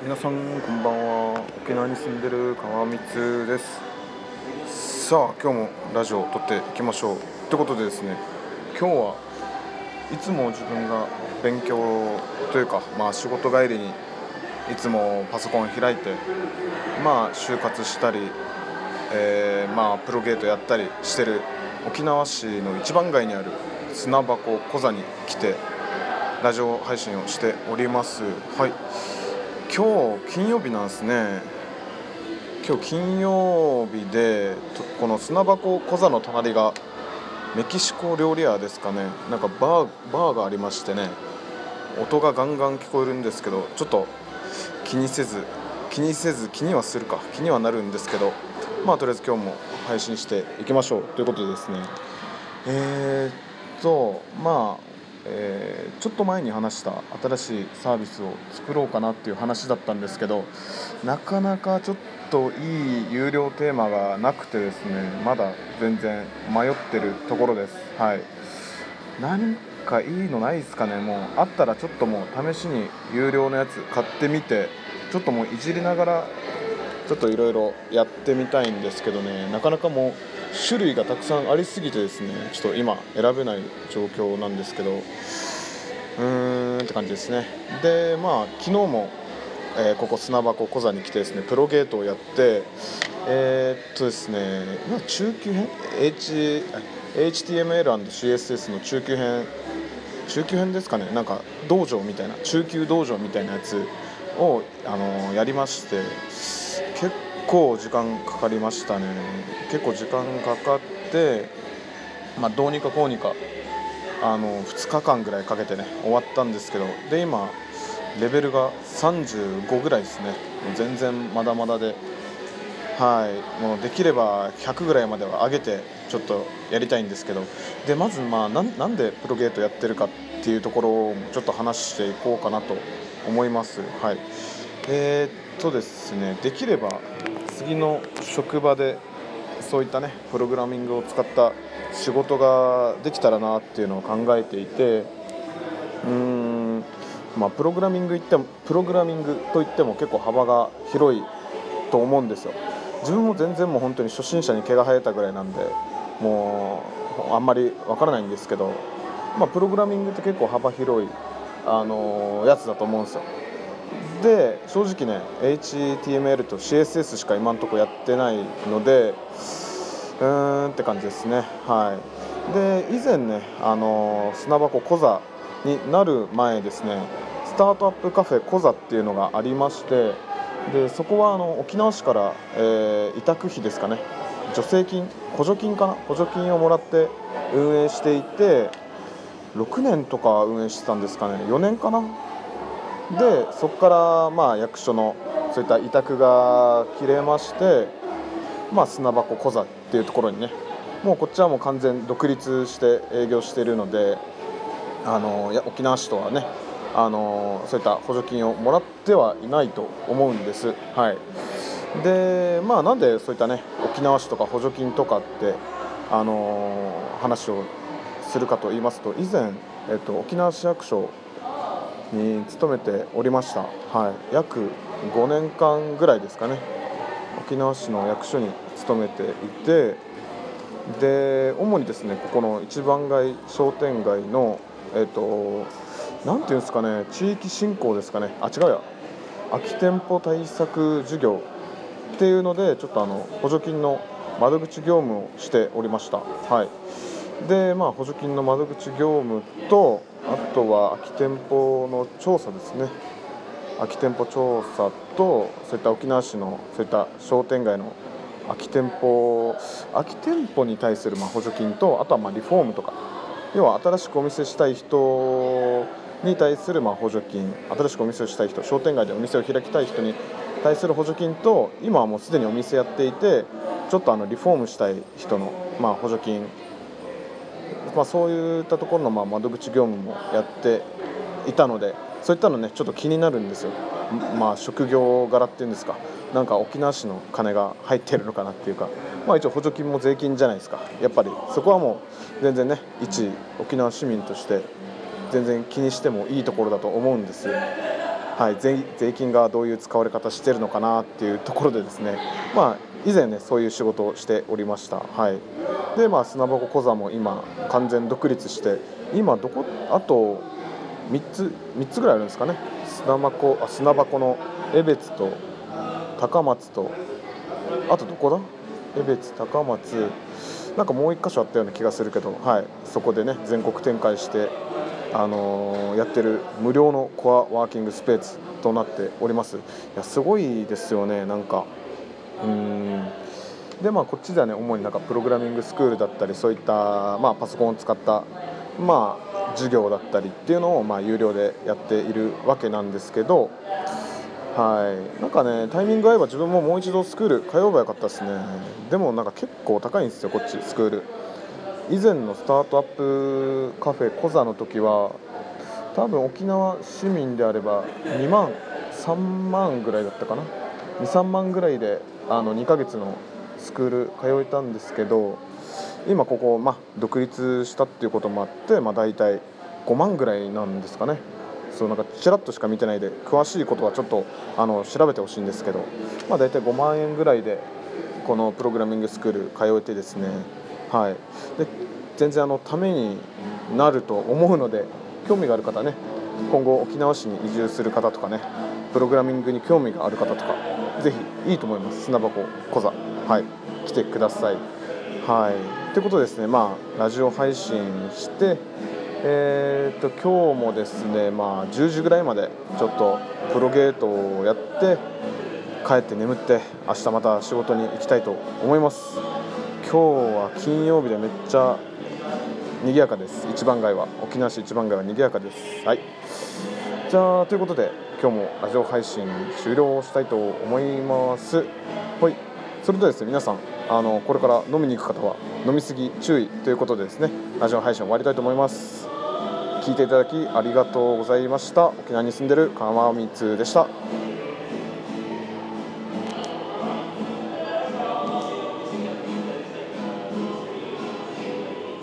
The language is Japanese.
皆さんこんばんは。沖縄に住んでる川光です。さあ今日もラジオを撮っていきましょうということでですね、今日はいつも自分が勉強というか、仕事帰りにいつもパソコンを開いて就活したり、プロゲートやったりしてる沖縄市の一番街にある砂箱コザに来てラジオ配信をしております。はい、今日金曜日なんですね。今日金曜日で、この砂箱コザの隣がメキシコ料理屋ですかね。なんかバーがありましてね、音がガンガン聞こえるんですけど、ちょっと気にはなるんですけど、とりあえず今日も配信していきましょうということでですね、えーっとまあちょっと前に話した新しいサービスを作ろうかなっていう話だったんですけど、なかなかちょっといい有料テーマがなくてですね、まだ全然迷ってるところです。はい、何かいいのないですかね。もうあったらちょっともう試しに有料のやつ買ってみて、ちょっともういじりながらちょっといろいろやってみたいんですけどね、なかなかもう種類がたくさんありすぎてですね、ちょっと今選べない状況なんですけど、って感じですね。で昨日も、ここ砂箱コザに来てですね、プロゲートをやって、ですね、中級編 HTML&CSS の中級編ですかね。なんか道場みたいな、中級道場みたいなやつを、やりまして、結構時間かかりましたね。結構時間かかって、どうにかこうにか2日間ぐらいかけてね終わったんですけど、で今レベルが35ぐらいですね。全然まだまだで、もうできれば100ぐらいまでは上げてちょっとやりたいんですけど、でまずなんでプロゲートやってるかっていうところをちょっと話していこうかなと思います。はい、ですね、できれば次の職場でそういったねプログラミングを使った仕事ができたらなっていうのを考えていて、プログラミングといっても結構幅が広いと思うんですよ。自分も全然もう本当に初心者に毛が生えたぐらいなんで、もうあんまりわからないんですけど、プログラミングって結構幅広い、やつだと思うんですよ。で正直ね HTML と CSS しか今のところやってないのでって感じですね。はい、で以前ね、砂箱コザになる前ですね、スタートアップカフェコザっていうのがありまして、でそこは沖縄市から、委託費ですかね、助成金補助金をもらって運営していて、6年とか運営してたんですかね、4年かな。でそこから役所のそういった委託が切れまして、砂箱コザっていうところにね、もうこっちはもう完全独立して営業しているので、沖縄市とはね、そういった補助金をもらってはいないと思うんです。はい、でなんでそういったね沖縄市とか補助金とかって、話をするかと言いますと、以前、沖縄市役所に勤めておりました。はい、約5年間ぐらいですかね、沖縄市の役所に勤めていて、で主にですねここの一番街商店街のなんていうんですかね、地域振興ですかね、違うや、空き店舗対策事業っていうのでちょっと補助金の窓口業務をしておりました。はい、で補助金の窓口業務と、あとは空き店舗の調査ですね。空き店舗調査と、そういった沖縄市のそういった商店街の空き店舗に対する補助金と、あとはリフォームとか、要は新しくお店したい人に対する補助金、新しくお店をしたい人、商店街でお店を開きたい人に対する補助金と、今はもうすでにお店やっていてちょっとリフォームしたい人の補助金、そういったところの窓口業務もやっていたので、そういったのねちょっと気になるんですよ。職業柄っていうんですか、なんか沖縄市の金が入ってるのかなっていうか、一応補助金も税金じゃないですか。やっぱりそこはもう全然ね、一沖縄市民として全然気にしてもいいところだと思うんです。 はい、税金がどういう使われ方してるのかなっていうところでですね、以前ねそういう仕事をしておりました。はい、で砂箱小座も今完全独立して、今あと3つぐらいあるんですかね。砂箱の江別と高松と、あとどこだ、江別、高松、なんかもう1箇所あったような気がするけど、はい、そこでね全国展開して、やってる無料のコアワーキングスペースとなっております。いやすごいですよね。なんかでこっちではね主になんかプログラミングスクールだったり、そういったパソコンを使った授業だったりっていうのを有料でやっているわけなんですけど、はい、なんかねタイミング合えば自分ももう一度スクール通えばよかったですね。でもなんか結構高いんですよこっちスクール。以前のスタートアップカフェコザの時は多分沖縄市民であれば2万3万ぐらいだったかな、2、3万ぐらいで2ヶ月のスクール通えたんですけど、今ここ、独立したっていうこともあって、大体5万ぐらいなんですかね。そうなんかちらっとしか見てないで詳しいことはちょっと調べてほしいんですけど、大体5万円ぐらいでこのプログラミングスクール通えてですね、はい、で全然ためになると思うので、興味がある方ね、今後沖縄市に移住する方とかね、プログラミングに興味がある方とかぜひいいと思います。砂箱講座、はい、来てください。はい、ということですね、ラジオ配信して、今日もですね、10時ぐらいまでちょっとプロゲートをやって帰って眠って、明日また仕事に行きたいと思います。今日は金曜日でめっちゃ賑やかです。一番街は、沖縄市一番街は賑やかです。はい、じゃあということで今日もラジオ配信終了したいと思います。はい、それではですね皆さんこれから飲みに行く方は飲みすぎ注意ということでですね、ラジオ配信終わりたいと思います。聞いていただきありがとうございました。沖縄に住んでる川光でした。